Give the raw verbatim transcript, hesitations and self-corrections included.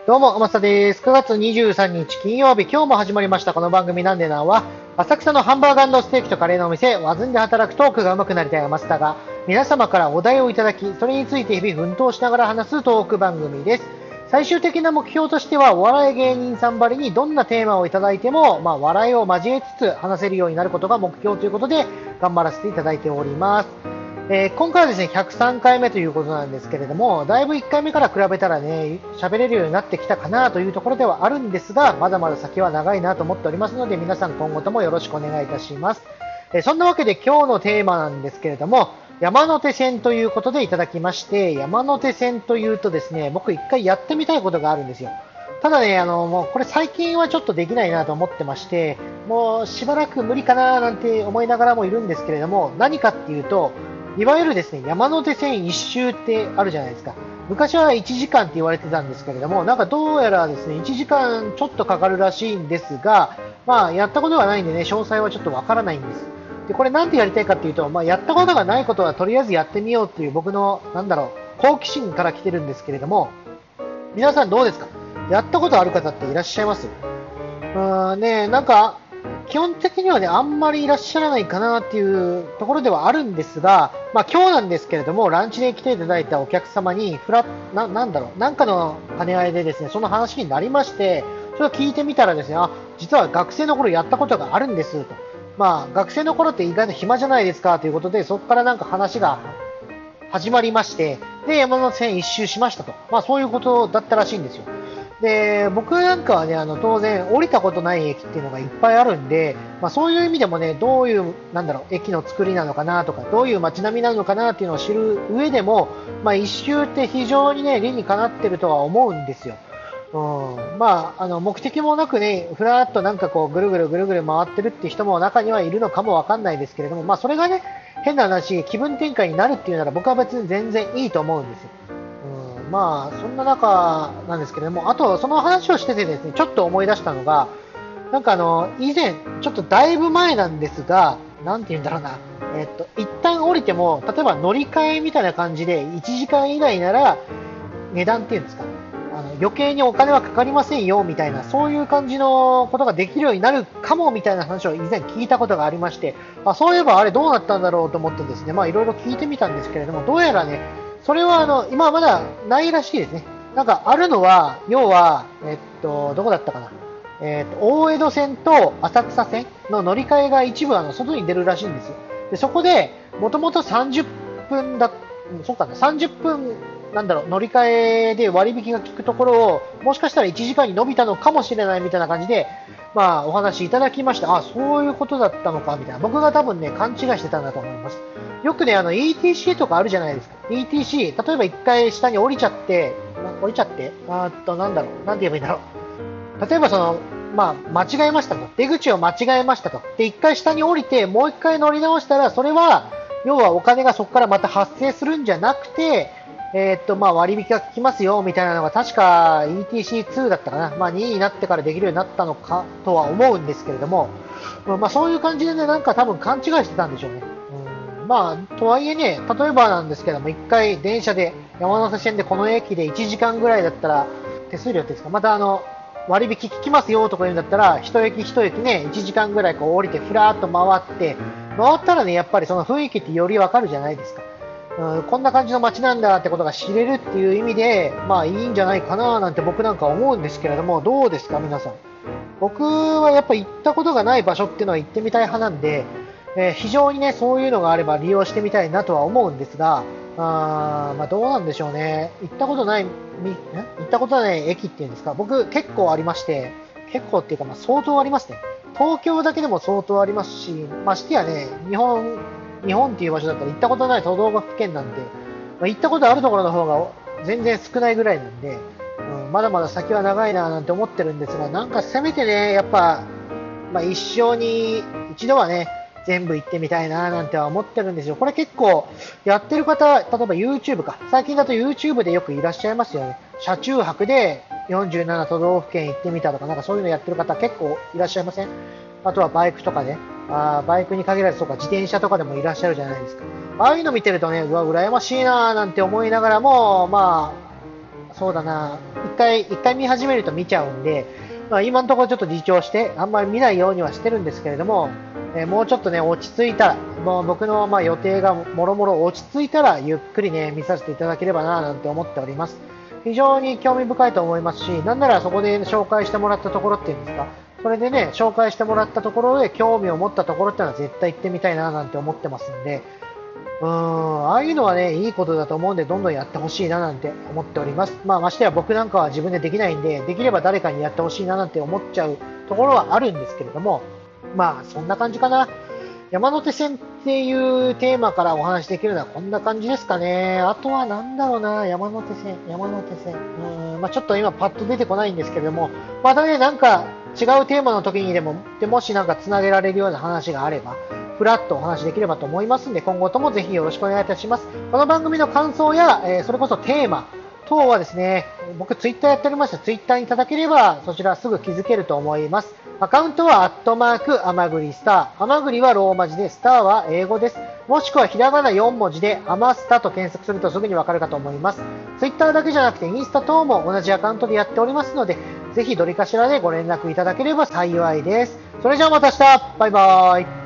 どうも、天下です。くがつにじゅうさんにち金曜日、今日も始まりましたこの番組なんでなんは、浅草のハンバーガーステーキとカレーのお店、ワズンで働くトークが上手くなりたい天下が、皆様からお題をいただき、それについて日々奮闘しながら話すトーク番組です。最終的な目標としては、お笑い芸人さんばりにどんなテーマをいただいても、まあ、笑いを交えつつ話せるようになることが目標ということで、頑張らせていただいております。えー今回はですね、ひゃくさんかいめということなんですけれども、だいぶいっかいめから比べたらね、喋れるようになってきたかなというところではあるんですが、まだまだ先は長いなと思っておりますので、皆さん今後ともよろしくお願いいたします。えーそんなわけで今日のテーマなんですけれども、山手線ということでいただきまして、山手線というとですね、僕一回やってみたいことがあるんですよ。ただね、あの、もうこれ最近はちょっとできないなと思ってまして、もうしばらく無理かななんて思いながらもいるんですけれども、何かっていうと、いわゆるですね、山手線一周ってあるじゃないですか。昔はいちじかんって言われてたんですけれども、なんかどうやらですね、いちじかんちょっとかかるらしいんですが、まあ、やったことがないんでね、詳細はちょっとわからないんです。で、これなんでやりたいかっていうと、まあ、やったことがないことはとりあえずやってみようっていう僕の、なんだろう、好奇心から来てるんですけれども、皆さんどうですか？やったことある方っていらっしゃいます？うーんね、なんか、基本的にはね、あんまりいらっしゃらないかなっていうところではあるんですが、まあ今日なんですけれども、ランチで来ていただいたお客様に、フラな、なんだろう、なんかの兼ね合いでですね、その話になりまして、それを聞いてみたらですね、あ、実は学生の頃やったことがあるんですと。まあ学生の頃って意外と暇じゃないですかということで、そこからなんか話が始まりまして、で、山手線一周しましたと。まあそういうことだったらしいんですよ。で、僕なんかはね、あの、当然、降りたことない駅っていうのがいっぱいあるんで、まあそういう意味でもね、どういう、なんだろう、駅の作りなのかなとか、どういう街並みなのかなっていうのを知る上でも、まあ一周って非常にね、理にかなってるとは思うんですよ。うん、まあ、あの、目的もなくね、ふらっとなんかこう、ぐるぐるぐるぐる回ってるって人も中にはいるのかもわかんないですけれども、まあそれがね、変な話、気分転換になるっていうなら僕は別に全然いいと思うんですよ。うん、まあ、そんな中なんですけれども、あと、その話をしててですね、ちょっと思い出したのが、なんかあの、以前、ちょっとだいぶ前なんですが、なんて言うんだろうな、えっと、一旦降りても、例えば乗り換えみたいな感じで、いちじかん以内なら、値段っていうんですか、あの余計にお金はかかりませんよみたいな、そういう感じのことができるようになるかもみたいな話を以前聞いたことがありまして、あ、そういえばあれどうなったんだろうと思ってですね、まあいろいろ聞いてみたんですけれども、どうやらね、それはあの、今はまだないらしいですね。なんかあるのは、要は、えっと、どこだったかな。えっと、大江戸線と浅草線の乗り換えが一部あの外に出るらしいんですよ。で、そこで、もともとさんじゅっぷんだ、うんそうかな、さんじゅっぷんなんだろう、乗り換えで割引が効くところを、もしかしたらいちじかんに伸びたのかもしれないみたいな感じで、まあ、お話いただきました。あ、そういうことだったのか、みたいな。僕が多分ね、勘違いしてたんだと思います。よくね、あの、イーティーシー とかあるじゃないですか。イーティーシー、例えば一回下に降りちゃって、降りちゃって、あーっと、なんだろう、なんて言えばいいんだろう。例えばその、まあ、間違えましたと。出口を間違えましたと。で、一回下に降りて、もう一回乗り直したら、それは、要はお金がそこからまた発生するんじゃなくて、えーっと、まあ、割引が効きますよ、みたいなのが確か イーティーシーツー だったかな。まあ、にになってからできるようになったのかとは思うんですけれども、まあ、そういう感じでね、なんか多分勘違いしてたんでしょうね。うん、まあ、とはいえね、例えばなんですけども、一回電車で、山手線でこの駅でいちじかんぐらいだったら、手数料っていうんですか、またあの、割引効きますよとか言うんだったら、一駅一駅ね、いちじかんぐらいこう降りてふらーっと回って、回ったらね、やっぱりその雰囲気ってよりわかるじゃないですか。うん、こんな感じの街なんだってことが知れるっていう意味で、まあいいんじゃないかななんて僕なんか思うんですけれども、どうですか皆さん。僕はやっぱ行ったことがない場所っていうのは行ってみたい派なんで、えー非常にね、そういうのがあれば利用してみたいなとは思うんですが、あーまあどうなんでしょうね。行ったことない、みん行ったことない駅っていうんですか、僕結構ありまして、結構っていうかまあ相当ありますね。東京だけでも相当ありますし、ましてやね、日本、日本っていう場所だったら行ったことない都道府県なんで、まあ、行ったことあるところの方が全然少ないぐらいなんで、うん、まだまだ先は長いななんて思ってるんですが、なんかせめてね、やっぱ、まあ、一生に一度はね、全部行ってみたいななんては思ってるんですよ。これ結構やってる方、例えば YouTube か。最近だと YouTube でよくいらっしゃいますよね。車中泊でよんじゅうなな都道府県行ってみたとか、なんかそういうのやってる方結構いらっしゃいません？あとはバイクとかね。あーバイクに限らずそうか、自転車とかでもいらっしゃるじゃないですか。ああいうの見てるとね、うわ、羨ましいなーなんて思いながらも、まあ、 そうだな、一回、一回見始めると見ちゃうんで、まあ、今のところちょっと自重して、あんまり見ないようにはしてるんですけれども、えーもうちょっとね、落ち着いたら、もう僕のまあ予定がもろもろ落ち着いたら、ゆっくりね、見させていただければな、なんて思っております。非常に興味深いと思いますし、なんならそこで紹介してもらったところっていうんですか、それでね、紹介してもらったところで興味を持ったところっていうのは絶対行ってみたいな、なんて思ってますんで、うーん、ああいうのはね、いいことだと思うんで、どんどんやってほしいななんて思っております。まあ、ましてや僕なんかは自分でできないんで、できれば誰かにやってほしいななんて思っちゃうところはあるんですけれども、まあ、そんな感じかな。山手線っていうテーマからお話しできるのはこんな感じですかね。あとはなんだろうな、山手線、山手線。うーん、まあ、ちょっと今パッと出てこないんですけれども、またね、なんか違うテーマの時にでも、でもしなんか繋げられるような話があれば、ふらっとお話しできればと思いますので、今後ともぜひよろしくお願いいたします。この番組の感想や、えーそれこそテーマ等はですね、僕ツイッターやっておりまして、ツイッターにいただければ、そちらすぐ気づけると思います。アカウントは、アットマーク、アマグリスター。アマグリはローマ字で、スターは英語です。もしくはひらがなよん文字で、アマスタと検索するとすぐにわかるかと思います。ツイッターだけじゃなくて、インスタ等も同じアカウントでやっておりますので、ぜひどれかしらでご連絡いただければ幸いです。それじゃあまた明日バイバーイ